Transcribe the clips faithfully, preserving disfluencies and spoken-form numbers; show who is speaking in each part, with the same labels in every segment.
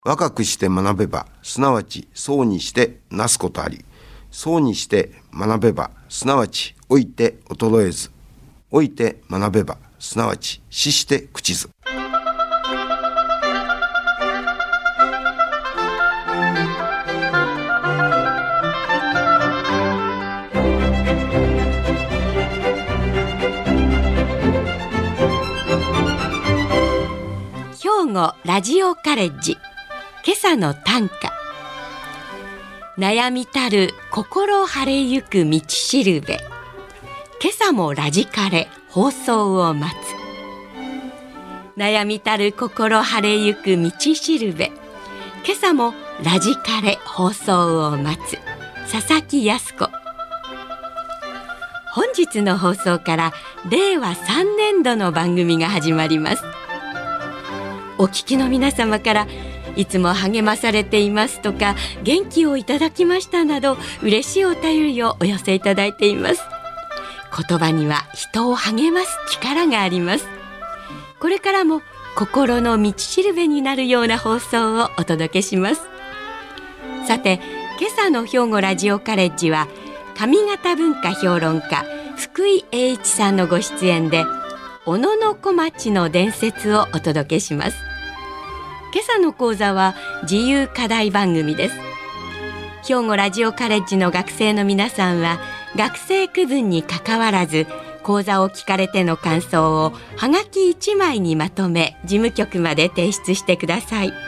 Speaker 1: 若くして学べば、すなわちそうにしてなすことあり、そうにして学べば、すなわち老いて衰えず、老いて学べば、すなわち死して朽ちず。
Speaker 2: 兵庫ラジオカレッジ今朝の短歌。悩みたる心晴れゆく道しるべ、今朝もラジカレ放送を待つ。悩みたる心晴れゆく道しるべ、今朝もラジカレ放送を待つ。佐々木靖子。本日の放送かられいわさんねんどの番組が始まります。お聞きの皆様からいつも励まされていますとか、元気をいただきましたなど、嬉しいお便りをお寄せいただいています。言葉には人を励ます力があります。これからも心の道しるべになるような放送をお届けします。さて、今朝の兵庫ラジオカレッジは上方文化評論家福井英一さんのご出演で、小野小町の伝説をお届けします。今朝の講座は自由課題番組です。兵庫ラジオカレッジの学生の皆さんは、学生区分にかかわらず講座を聞かれての感想をはがきいちまいにまとめ、事務局まで提出してください。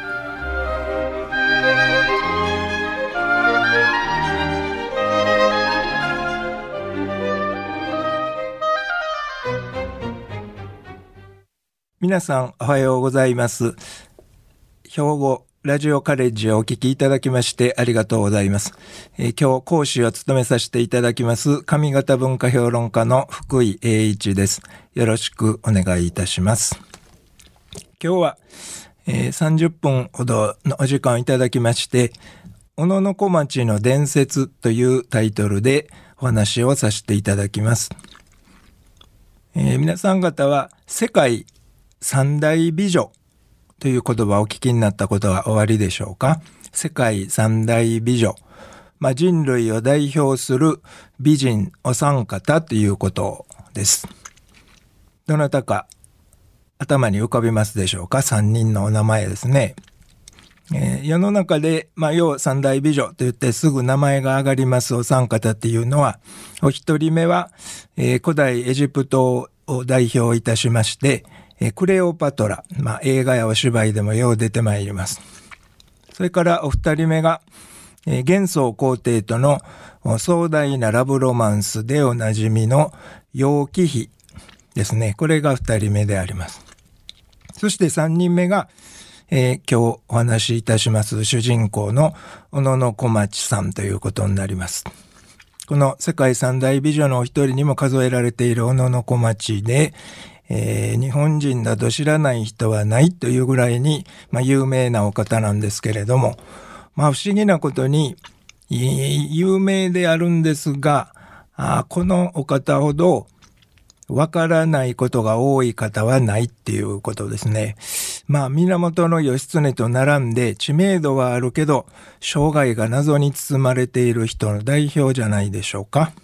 Speaker 3: 皆さんおはようございます。兵庫ラジオカレッジをお聞きいただきましてありがとうございます。えー、今日講師を務めさせていただきます上方文化評論家の福井英一です。よろしくお願いいたします。今日は、えー、さんじゅっぷんほどのお時間をいただきまして、小野小町の伝説というタイトルでお話をさせていただきます。えー、皆さん方は世界三大美女という言葉をお聞きになったことはおありでしょうか。世界三大美女、まあ、人類を代表する美人お三方ということです。どなたか頭に浮かびますでしょうか。三人のお名前ですね。えー、世の中で、まあ、要三大美女と言ってすぐ名前が挙がりますお三方っていうのは、お一人目は、えー、古代エジプトを代表いたしましてクレオパトラ、まあ、映画やお芝居でもよう出てまいります。それからお二人目が、えー、玄宗皇帝との壮大なラブロマンスでおなじみの楊貴妃ですね。これが二人目であります。そして三人目が、えー、今日お話しいたします主人公の小野小町さんということになります。この世界三大美女のお一人にも数えられている小野小町で、えー、日本人など知らない人はないというぐらいに、まあ、有名なお方なんですけれども、まあ、不思議なことに有名であるんですが、あこのお方ほどわからないことが多い方はないっていうことですね。まあ、源義経と並んで知名度はあるけど生涯が謎に包まれている人の代表じゃないでしょうか。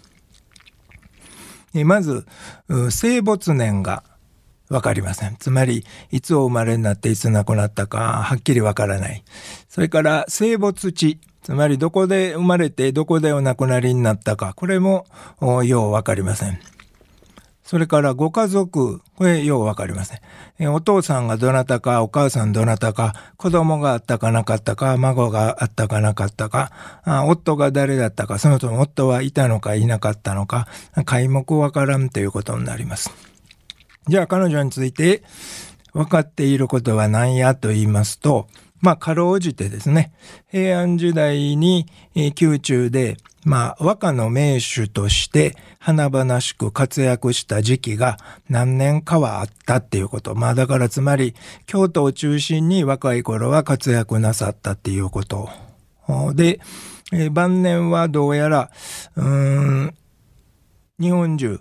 Speaker 3: まず生没年がわかりません。つまりいつお生まれになっていつ亡くなったかはっきりわからない。それから生没地、つまりどこで生まれてどこでお亡くなりになったか、これもようわかりません。それからご家族、これようわかりません。えお父さんがどなたか、お母さんどなたか、子供があったかなかったか、孫があったかなかったか、あ夫が誰だったか、そのとも夫はいたのかいなかったのか、皆目わからんということになります。じゃあ彼女について分かっていることは何やと言いますと、まあかろうじてですね、平安時代に宮中でまあ和歌の名手として華々しく活躍した時期が何年かはあったっていうこと。まあだからつまり京都を中心に若い頃は活躍なさったっていうことで、えー、晩年はどうやらうーん日本中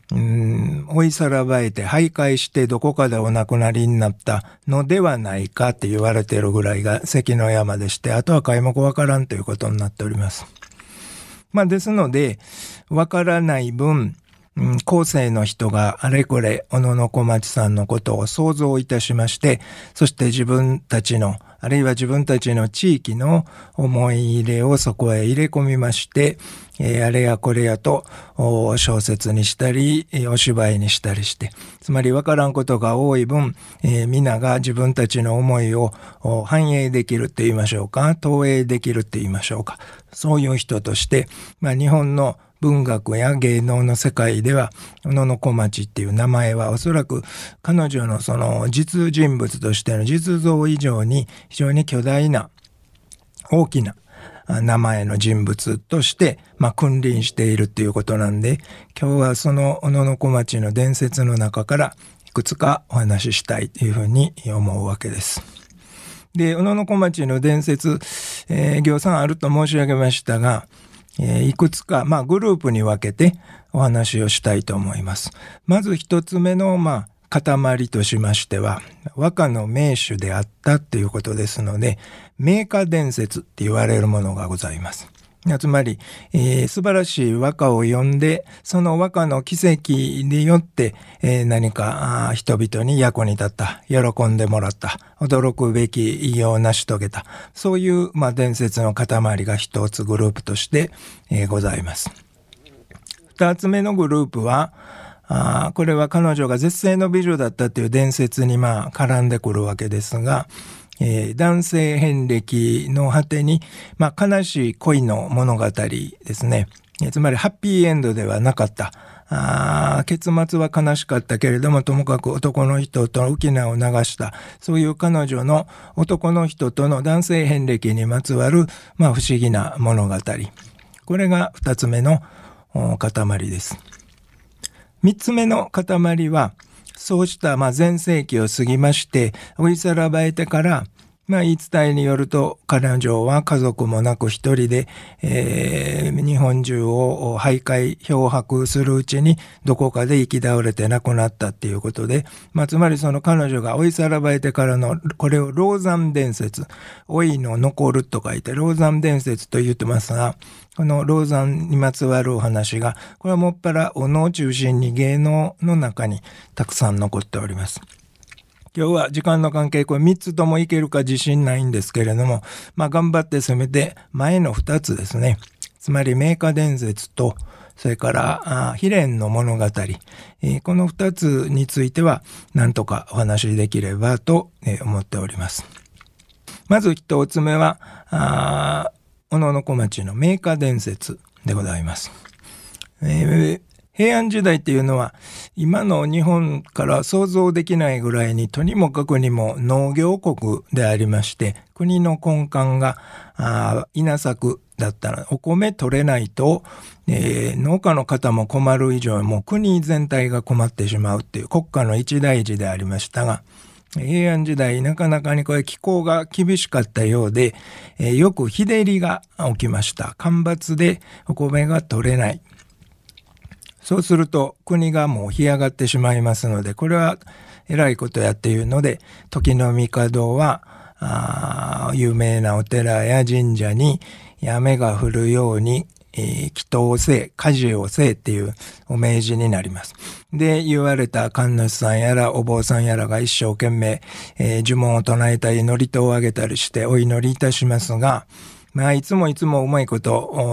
Speaker 3: うーん追いさらばえて徘徊してどこかでお亡くなりになったのではないかって言われているぐらいが関の山でして、あとは皆目わからんということになっております。まあですのでわからない分、うん、後世の人があれこれ小野小町さんのことを想像いたしまして、そして自分たちのあるいは自分たちの地域の思い入れをそこへ入れ込みまして、えー、あれやこれやと小説にしたりお芝居にしたりして、つまり分からんことが多い分、えー、皆が自分たちの思いを反映できるって言いましょうか、投影できるって言いましょうか、そういう人として、まあ、日本の文学や芸能の世界では小野小町っていう名前はおそらく彼女のその実人物としての実像以上に非常に巨大な大きな名前の人物として、まあ、君臨しているということなんで、今日はその小野小町の伝説の中からいくつかお話ししたいというふうに思うわけです。で、小野小町の伝説、えー、行さんあると申し上げましたが、えー、いくつか、まあ、グループに分けてお話をしたいと思います。まず一つ目の、まあ、塊としましては、和歌の名手であったということですので、名歌伝説って言われるものがございます。つまり、えー、素晴らしい和歌を読んで、その和歌の奇跡によって、えー、何か人々に役に立った、喜んでもらった、驚くべき偉業を成し遂げた、そういう、まあ、伝説の塊が一つグループとして、えー、ございます。二つ目のグループは、あこれは彼女が絶世の美女だったという伝説にまあ絡んでくるわけですが、えー、男性遍歴の果てに、まあ、悲しい恋の物語ですね。えー、つまりハッピーエンドではなかった。あ結末は悲しかったけれども、ともかく男の人と浮き名を流した。そういう彼女の男の人との男性遍歴にまつわる、まあ、不思議な物語。これが二つ目の塊です。三つ目の塊は、そうしたまあ前世紀を過ぎまして追いさらばえてから、まあ、言い伝えによると彼女は家族もなく一人で、えー、日本中を徘徊漂泊するうちにどこかで行き倒れて亡くなったっていうことで、まあ、つまりその彼女が追いさらばえてからのこれを老山伝説、老いの残ると書いて老山伝説と言ってますが、この老山にまつわるお話が、これはもっぱら小野を中心に芸能の中にたくさん残っております。今日は時間の関係、これみっつともいけるか自信ないんですけれども、まあ頑張って攻めて前のふたつですね。つまり名歌伝説と、それから悲恋の物語、えー、このふたつについては何とかお話しできればと思っております。まず一つ目は、あ小野小町の名歌伝説でございます。えー、平安時代っていうのは今の日本から想像できないぐらいにとにもかくにも農業国でありまして、国の根幹があ稲作だったらお米取れないと、えー、農家の方も困る以上もう国全体が困ってしまうっていう国家の一大事でありましたが、平安時代なかなかにこれ気候が厳しかったようで、えー、よく日照りが起きました。干ばつでお米が取れない。そうすると国がもう干上がってしまいますので、これはえらいことやっていうので、時の帝はあ有名なお寺や神社に雨が降るようにえー、祈祷をせえ、家事をせえっていうお命じになります。で、言われた神主さんやらお坊さんやらが一生懸命、えー、呪文を唱えたり、祝詞をあげたりしてお祈りいたしますが、まあ、いつもいつもうまいこと、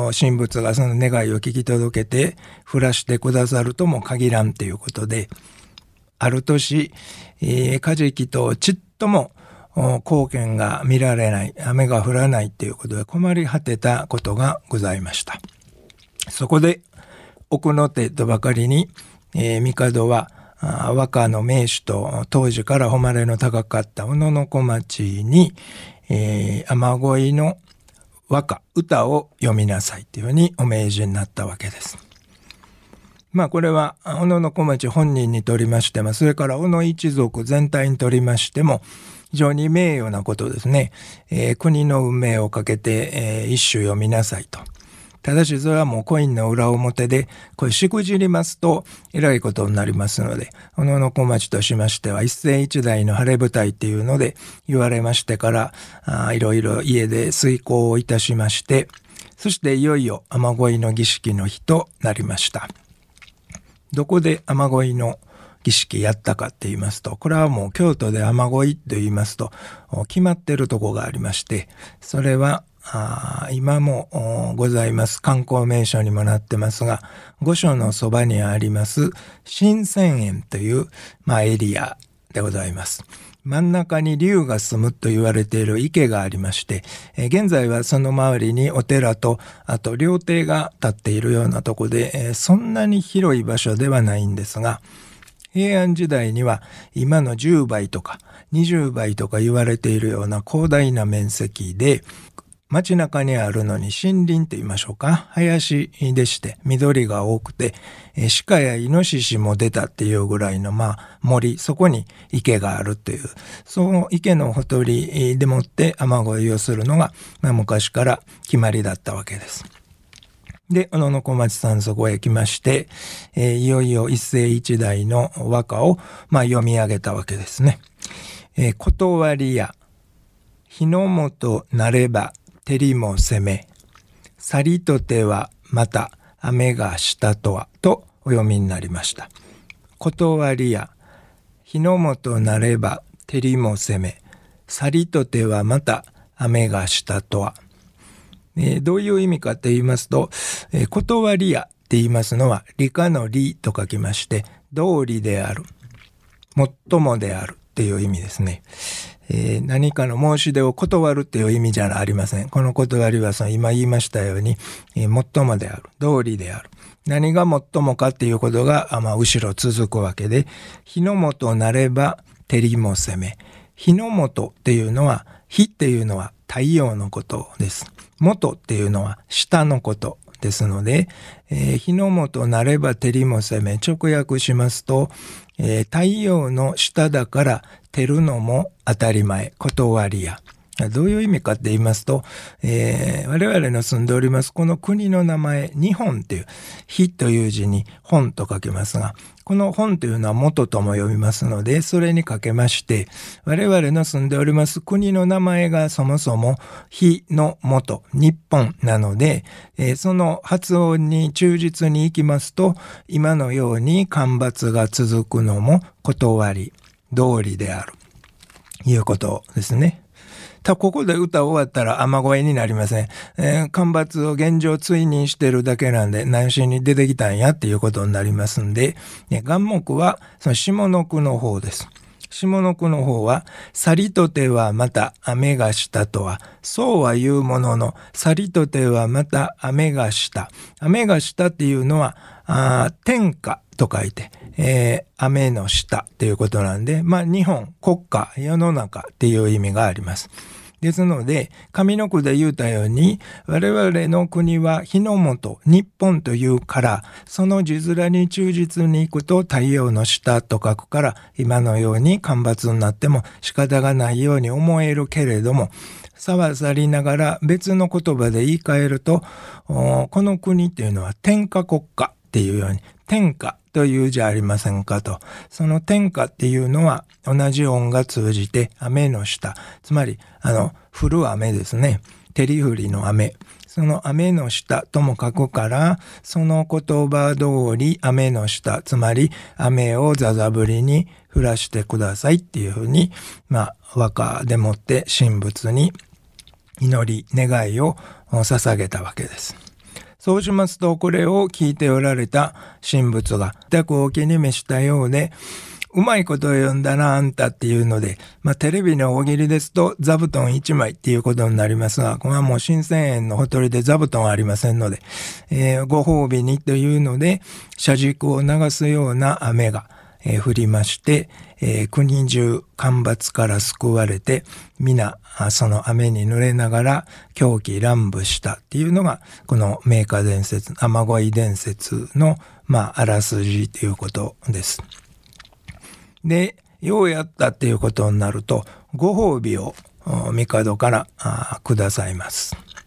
Speaker 3: 神仏がその願いを聞き届けて、降らしてくださるとも限らんということで、ある年、えー、家事祈祷ちっとも光景が見られない、雨が降らないということで困り果てたことがございました。そこで奥の手とばかりに、えー、帝は和歌の名手と当時から誉れの高かった小野小町に、えー、雨乞いの和歌、歌を読みなさいというふうにお命じになったわけです。まあこれは小野小町本人にとりましても、それから小野一族全体にとりましても非常に名誉なことですね。えー、国の運命をかけて、えー、一首読みなさいと。 ただしそれはもうコインの裏表で、これしくじりますとえらいことになりますので、小野小町としましては一世一代の晴れ舞台っていうので言われましてから、あいろいろ家で遂行をいたしまして、そしていよいよ雨乞いの儀式の日となりました。どこで雨乞いの儀式やったかって言いますと、これはもう京都で雨乞いと言いますと決まってるとこがありまして、それはあ今もございます観光名所にもなってますが、御所のそばにあります新泉園という、まあ、エリアでございます。真ん中に龍が住むと言われている池がありまして、え現在はその周りにお寺とあと料亭が建っているようなとこで、えそんなに広い場所ではないんですが、平安時代には今のじゅうばいとかにじゅうばいとか言われているような広大な面積で、街中にあるのに森林と言いましょうか、林でして緑が多くて、鹿やイノシシも出たっていうぐらいのまあ森、そこに池があるという、その池のほとりでもって雨乞いをするのが、まあ、昔から決まりだったわけです。で、小野小町さんそこへ来まして、えー、いよいよ一世一代の和歌を、まあ、読み上げたわけですね。えー、断りや日の本なれば照りも攻め、さりとてはまた雨がしたとはとお読みになりました。断りや日の本なれば照りも攻め、さりとてはまた雨がしたとは。えー、どういう意味かと言いますと、えー、断りやって言いますのは理科の理と書きまして、道理である、最もであるっていう意味ですね。えー、何かの申し出を断るっていう意味じゃありません。この断りはその今言いましたように、えー、最もである、道理である。何が最もかっていうことが、あまあ、後ろ続くわけで、日の本なれば照りも攻め。日の本っていうのは、日っていうのは太陽のことです。元っていうのは下のことですので、えー、日の本なれば照りも攻め、直訳しますと、えー、太陽の下だから照るのも当たり前、断りや。どういう意味かって言いますと、えー、我々の住んでおりますこの国の名前、日本っていう、日という字に本と書きますが、この本というのは元とも読みますので、それにかけまして、我々の住んでおります国の名前がそもそも日の元、日本なので、えー、その発音に忠実にいきますと、今のように干ばつが続くのも断り、道理である、いうことですね。たここで歌終わったら雨乞いになりません。えー、干ばつを現状追認してるだけなんで、何しに出てきたんやっていうことになりますんで、ね、眼目はその下の句の方です。下の句の方は、さりとてはまた雨がしたとは、そうは言うものの、さりとてはまた雨がした。雨がしたっていうのは、あ天下と書いて、えー、雨の下っていうことなんで、まあ日本、国家、世の中っていう意味があります。ですので、上の句で言うたように、我々の国は日の本、日本というから、その字面に忠実にいくと太陽の下と書くから、今のように干ばつになっても仕方がないように思えるけれども、さわさりながら別の言葉で言い換えると、この国っていうのは天下国家っていうように、天下というじゃありませんかと。その天下っていうのは同じ音が通じて雨の下。つまり、あの、降る雨ですね。照り降りの雨。その雨の下とも書くから、その言葉通り雨の下。つまり、雨をざざぶりに降らしてくださいっていうふうに、まあ、和歌でもって神仏に祈り、願いを捧げたわけです。そうしますと、これを聞いておられた神仏が、全くお気に召したようで、うまいことを読んだな、あんたっていうので、まあ、テレビの大喜利ですと、座布団一枚っていうことになりますが、これはもう新泉園のほとりで座布団はありませんので、えー、ご褒美にというので、車軸を流すような雨が、えー、降りまして、えー、国中干ばつから救われて、皆その雨に濡れながら狂喜乱舞したっていうのが、この名歌伝説、雨乞い伝説の、まあ、あらすじということです。で、ようやったっていうことになると、ご褒美を帝からくださいます。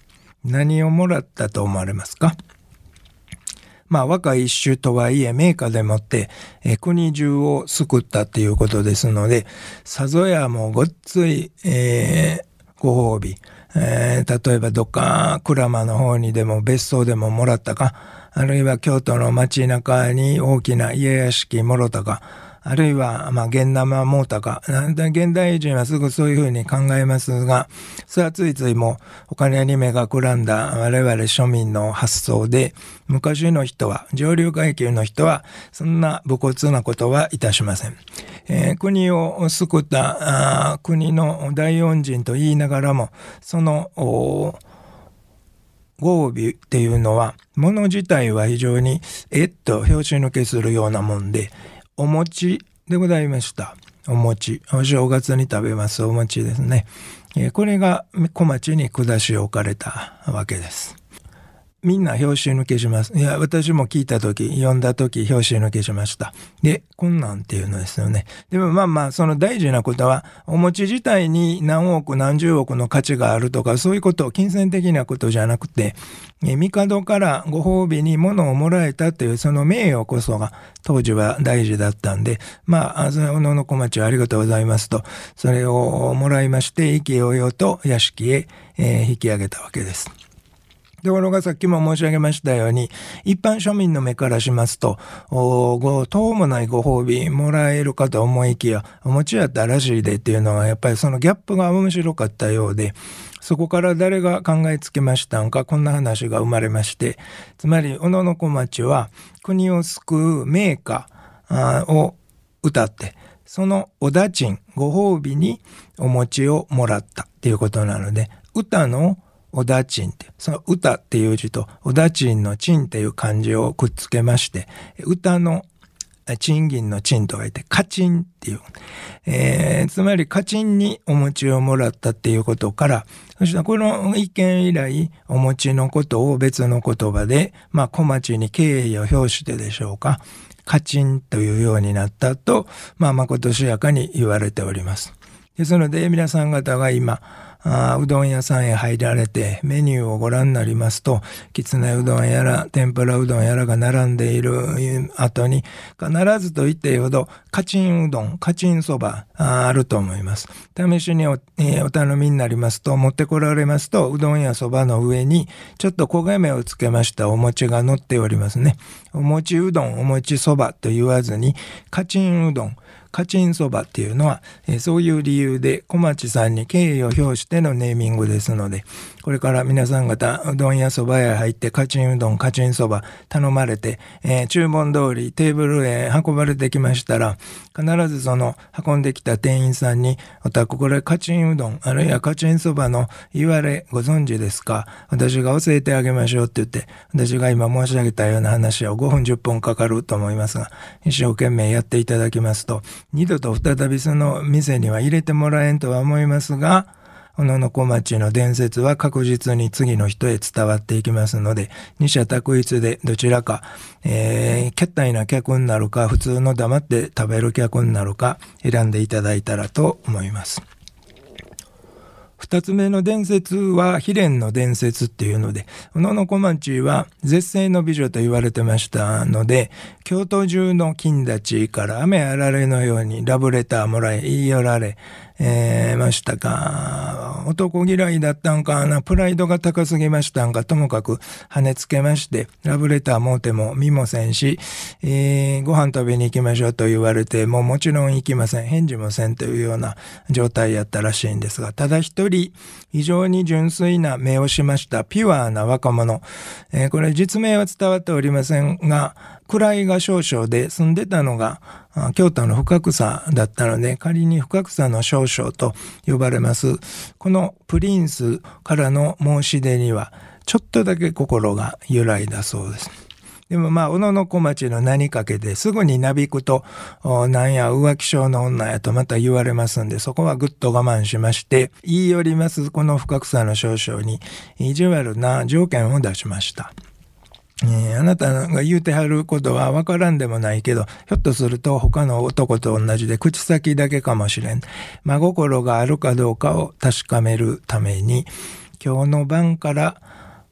Speaker 3: 何をもらったと思われますか？まあ若い一種とはいえ名家でもって、えー、国中を救ったっていうことですので、さぞやもうごっつい、えー、ご褒美、えー、例えばどっか鞍馬の方にでも別荘でももらったか、あるいは京都の街中に大きな家屋敷もろたか、あるいは、まあ、現生もうたか。現代人はすぐそういうふうに考えますが、それはついついもうお金に目がくらんだ我々庶民の発想で、昔の人は、上流階級の人は、そんな武骨なことはいたしません。えー、国を救ったあ国の大恩人と言いながらも、その、ご褒美っていうのは、物自体は非常に、えっと、拍子抜けするようなもんで、お餅でございました。お餅。お正月に食べますお餅ですね。えー、これが小町に下し置かれたわけです。みんな拍子抜けします。いや、私も聞いたとき、読んだとき、拍子抜けしました。で、こんなんっていうのですよね。でもまあまあ、その大事なことは、お餅自体に何億何十億の価値があるとか、そういうこと、金銭的なことじゃなくて、え帝からご褒美に物をもらえたという、その名誉こそが、当時は大事だったんで、まあ、その、おのの小町ありがとうございますと、それをもらいまして、意気揚々と屋敷へ、えー、引き上げたわけです。ところがさっきも申し上げましたように、一般庶民の目からしますと、ごとうもないご褒美もらえるかと思いきや、お餅やったらしいでっていうのは、やっぱりそのギャップが面白かったようで、そこから誰が考えつけましたんか、こんな話が生まれまして、つまり、小野小町は国を救う名歌を歌って、そのお駄賃、ご褒美にお餅をもらったっていうことなので、歌のお駄賃って、その歌っていう字とお駄賃の賃っていう漢字をくっつけまして、歌の賃金の賃と書いて、家賃っていう。えー、つまり家賃にお餅をもらったっていうことから、そしてこの一件以来、お餅のことを別の言葉で、まあ小町に敬意を表してでしょうか、家賃というようになったと、まあまことしやかに言われております。ですので皆さん方が今、あうどん屋さんへ入られてメニューをご覧になりますと、きつねうどんやら天ぷらうどんやらが並んでいる後に、必ずと言っていいほどカチンうどん、カチンそば あ, あると思います。試しに お,、えー、お頼みになりますと、持ってこられますと、うどんやそばの上にちょっと焦げ目をつけましたお餅が乗っておりますね。お餅うどん、お餅そばと言わずにカチンうどん、カチンそばっていうのは、えー、そういう理由で小町さんに敬意を表してのネーミングですので、これから皆さん方うどんやそば屋入ってカチンうどん、カチンそば頼まれて、えー、注文通りテーブルへ運ばれてきましたら、必ずその運んできた店員さんに、お宅これカチンうどんあるいはカチンそばの言われご存知ですか、私が教えてあげましょうって言って、私が今申し上げたような話をごふんじゅっぷんかかると思いますが、一生懸命やっていただきますと、二度と再びその店には入れてもらえんとは思いますが、小野小町の伝説は確実に次の人へ伝わっていきますので、二者択一でどちらか、えー、けったいな客になるか、普通の黙って食べる客になるか、選んでいただいたらと思います。二つ目の伝説は悲恋の伝説っていうので、小野小町は絶世の美女と言われてましたので、京都中の金立ちから雨あられのようにラブレターもらい言い寄られ、えー、ましたか、男嫌いだったんかな、プライドが高すぎましたんか、ともかく跳ねつけまして、ラブレターもうても見もせんし、えー、ご飯食べに行きましょうと言われてももちろん行きません、返事もせんというような状態やったらしいんですが、ただ一人非常に純粋な目をしましたピュアな若者、えー、これ実名は伝わっておりませんが、位が少々で住んでたのが京都の深草だったので、仮に深草の少々と呼ばれます。このプリンスからの申し出にはちょっとだけ心が揺らいだそうです。でもまあ小野小町の名にかけてすぐになびくと、なんや浮気性の女やとまた言われますんで、そこはぐっと我慢しまして、言い寄りますこの深草の少々に意地悪な条件を出しました。えー、あなたが言うてはることはわからんでもないけど、ひょっとすると他の男と同じで口先だけかもしれん。真心があるかどうかを確かめるために、今日の晩から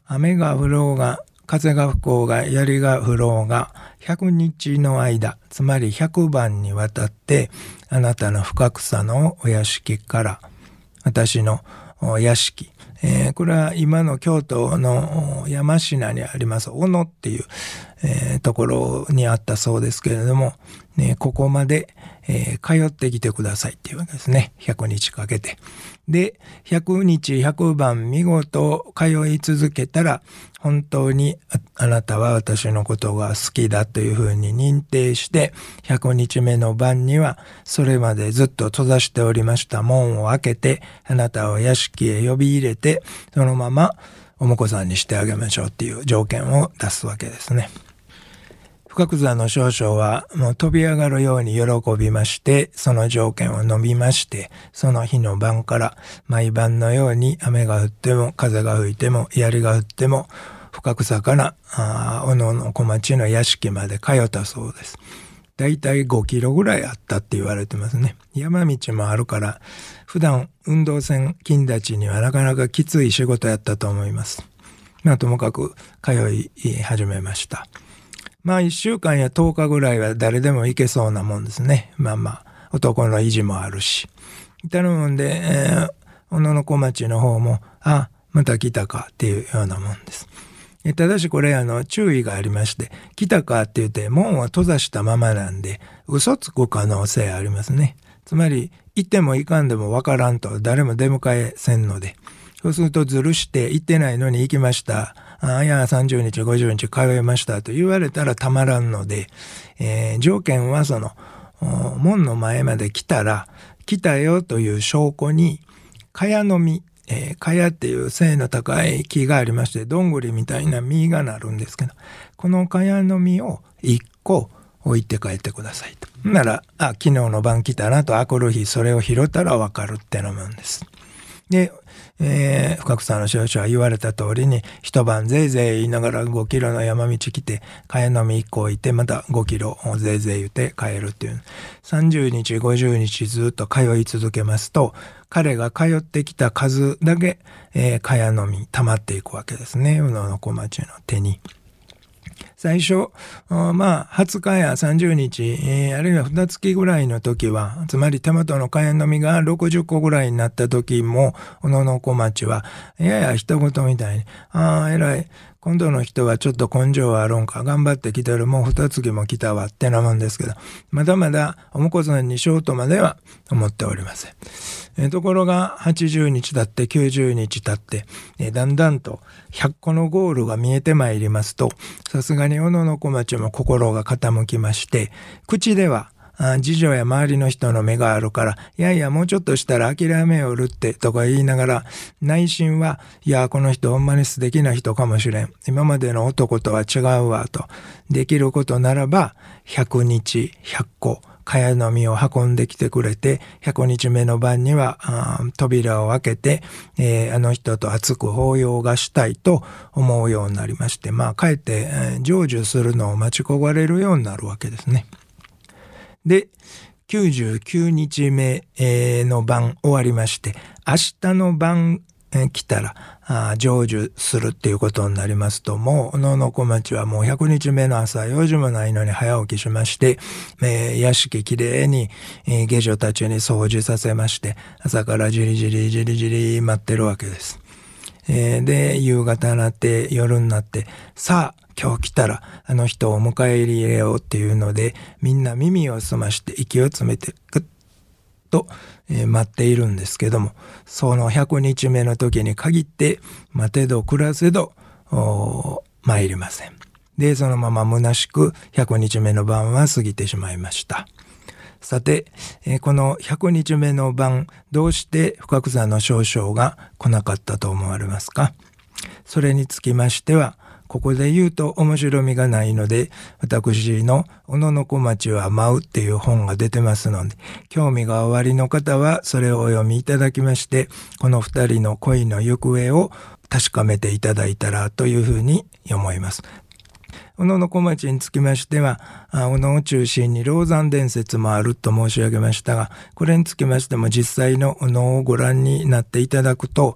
Speaker 3: 雨が降ろうが風が吹こうが槍が降ろうがひゃくにちの間、つまりひゃくばんにわたってあなたの深草のお屋敷から私の屋敷、えー、これは今の京都の山科にあります小野っていう、えー、ところにあったそうですけれども、ね、ここまで、えー、通ってきてくださいっていうわけですね。ひゃくにちかけて。で、ひゃくにちひゃくばん見事通い続けたら、本当に あ, あなたは私のことが好きだというふうに認定して、ひゃくにちめの晩にはそれまでずっと閉ざしておりました門を開けて、あなたを屋敷へ呼び入れて、そのままお婿さんにしてあげましょうっていう条件を出すわけですね。深草の少々はもう飛び上がるように喜びまして、その条件を飲みまして、その日の晩から毎晩のように雨が降っても風が吹いても槍が降っても深草から小野の小町の屋敷まで通ったそうです。だいたいごキロぐらいあったって言われてますね。山道もあるから普段運動線金立ちにはなかなかきつい仕事やったと思います。まあともかく通い始めました。まあいっしゅうかんやとおかぐらいは誰でも行けそうなもんですね。まあまあ男の意地もあるし。頼むんで、えー、小野の小町の方もあまた来たかっていうようなもんです。ただしこれあの注意がありまして、来たかって言って門を閉ざしたままなんで嘘つく可能性ありますね。つまり行っても行かんでもわからんと誰も出迎えせんので、そうするとずるして行ってないのに行きました、あいやさんじゅうにちごじゅうにち通いましたと言われたらたまらんので、えー、条件はその門の前まで来たら来たよという証拠に茅の実、えー、茅っていう背の高い木がありまして、どんぐりみたいな実がなるんですけど、この茅の実をいっこ置いて帰ってくださいと。ならあ昨日の晩来たなとあくる日それを拾ったらわかるってのもんです。で、えー、深草の少々は言われた通りに一晩ぜいぜい言いながらごキロの山道来て茅の実いっこ置いてまたごキロぜいぜい言って帰るっていうさんじゅうにちごじゅうにちずっと通い続けますと、彼が通ってきた数だけ、えー、茅の実溜まっていくわけですね。宇野の小町の手に。最初、まあ、はつかやさんじゅうにち、えー、あるいはにかげつぐらいの時は、つまり手元の茅の実がろくじゅっこぐらいになった時も、小野の小町は、やや一言みたいに、ああ、偉い。今度の人はちょっと根性はあるんか、頑張ってきてる、もう二月も来たわってなもんですけど、まだまだお婿さんにしようとまでは思っておりません。えー、ところがはちじゅうにち経ってきゅうじゅうにち経って、えー、だんだんとひゃっこのゴールが見えてまいりますと、さすがに小野の小町も心が傾きまして、口では次女や周りの人の目があるから、いやいやもうちょっとしたら諦めよるってとか言いながら、内心はいやこの人ほんまに素敵な人かもしれん、今までの男とは違うわと、できることならばひゃくにちひゃっこ茅の実を運んできてくれて、ひゃくにちめの晩には扉を開けて、えー、あの人と熱く抱擁がしたいと思うようになりまして、まあかえって、えー、成就するのを待ち焦がれるようになるわけですね。で、きゅうじゅうきゅうにちめの晩終わりまして、明日の晩来たらあ成就するっていうことになりますと、もう小野の小町はもうひゃくにちめの朝用事もないのに早起きしまして、えー、屋敷きれいに、えー、下女たちに掃除させまして、朝からじりじりじりじり待ってるわけです。えー、で夕方になって夜になって、さあ今日来たらあの人を迎え入れようっていうので、みんな耳を澄まして息を詰めてグッと、えー、待っているんですけども、そのひゃくにちめの時に限って待てど暮らせど参りません。でそのまま虚しくひゃくにちめの晩は過ぎてしまいました。さて、えー、このひゃくにちめの晩、どうして深草の少々が来なかったと思われますか？それにつきましては、ここで言うと面白みがないので、私の小野の小町は舞うっていう本が出てますので、興味がおありの方はそれをお読みいただきまして、この二人の恋の行方を確かめていただいたらというふうに思います。小野の小町につきましては、小野を中心に老山伝説もあると申し上げましたが、これにつきましても実際の小野をご覧になっていただくと、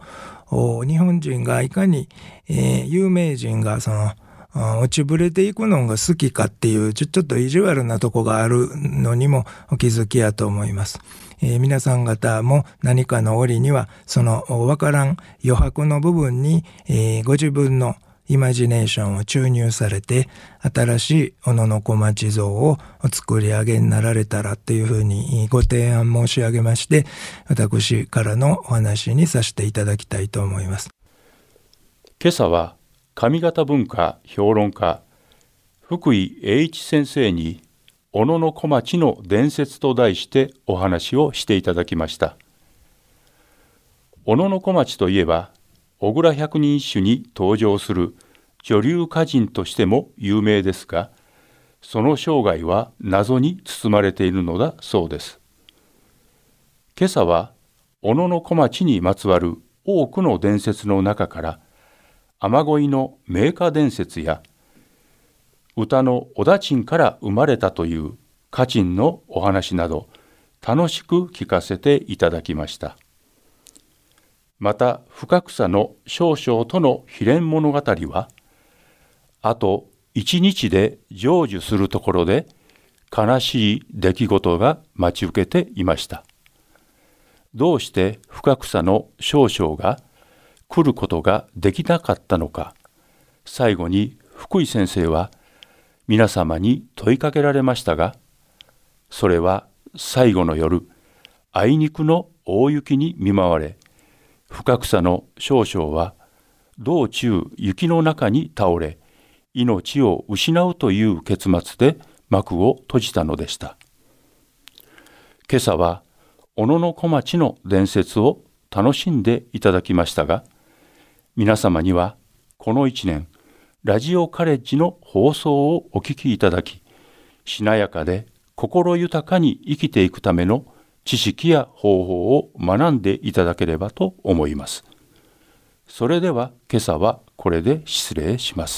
Speaker 3: 日本人がいかに、えー、有名人がその落ちぶれていくのが好きかっていうちょ、ちょっと意地悪なとこがあるのにもお気づきやと思います。えー、皆さん方も何かの折にはそのわからん余白の部分に、えー、ご自分のイマジネーションを注入されて新しい小野小町像をお作り上げになられたらというふうにご提案申し上げまして、私からのお話にさせていただきたいと思います。
Speaker 4: 今朝は上方文化評論家福井英一先生に小野小町の伝説と題してお話をしていただきました。小野小町といえば小倉百人一首に登場する女流歌人としても有名ですが、その生涯は謎に包まれているのだそうです。今朝は小野小町にまつわる多くの伝説の中から雨乞いの名家伝説や歌のおだちんから生まれたという家珍のお話など楽しく聞かせていただきました。また深草の少々との秘伝物語はあと一日で成就するところで悲しい出来事が待ち受けていました。どうして深草の少々が来ることができなかったのか、最後に福井先生は皆様に問いかけられましたが、それは最後の夜、あいにくの大雪に見舞われ、深草の少々は道中雪の中に倒れ、命を失うという結末で幕を閉じたのでした。今朝は小野小町の伝説を楽しんでいただきましたが、皆様にはこの一年、ラジオカレッジの放送をお聞きいただき、しなやかで心豊かに生きていくための知識や方法を学んでいただければと思います。それでは今朝はこれで失礼します。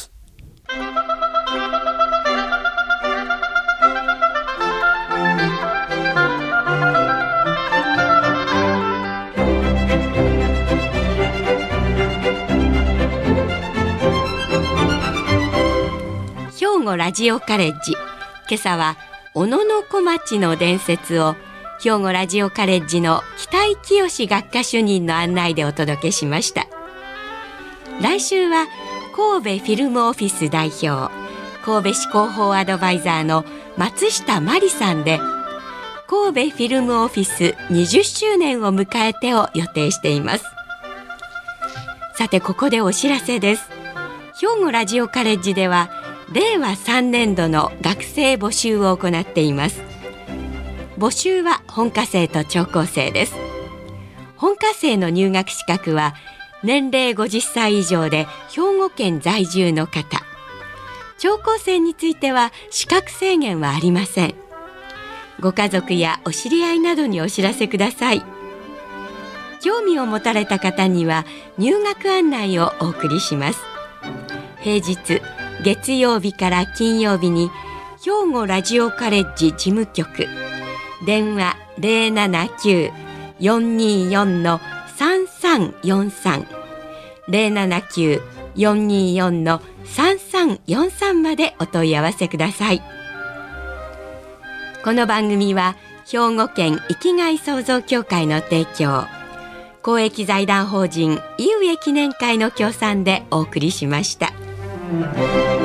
Speaker 2: 兵庫ラジオカレッジ、今朝は小野小町の伝説を兵庫ラジオカレッジの北井清学科主任の案内でお届けしました。来週は神戸フィルムオフィス代表、神戸市広報アドバイザーの松下真理さんで、神戸フィルムオフィスにじゅっしゅうねんを迎えてを予定しています。さて、ここでお知らせです。兵庫ラジオカレッジではれいわさんねんどの学生募集を行っています。募集は本科生と聴講生です。本科生の入学資格は年齢ごじゅっさい以上で兵庫県在住の方。聴講生については資格制限はありません。ご家族やお知り合いなどにお知らせください。興味を持たれた方には入学案内をお送りします。平日月曜日から金曜日に兵庫ラジオカレッジ事務局、電話 ゼロななきゅう よんにーよん さんさんよんさん ゼロななきゅう よんにーよん さんさんよんさんまでお問い合わせください。この番組は兵庫県生きがい創造協会の提供、公益財団法人井上記念会の協賛でお送りしました。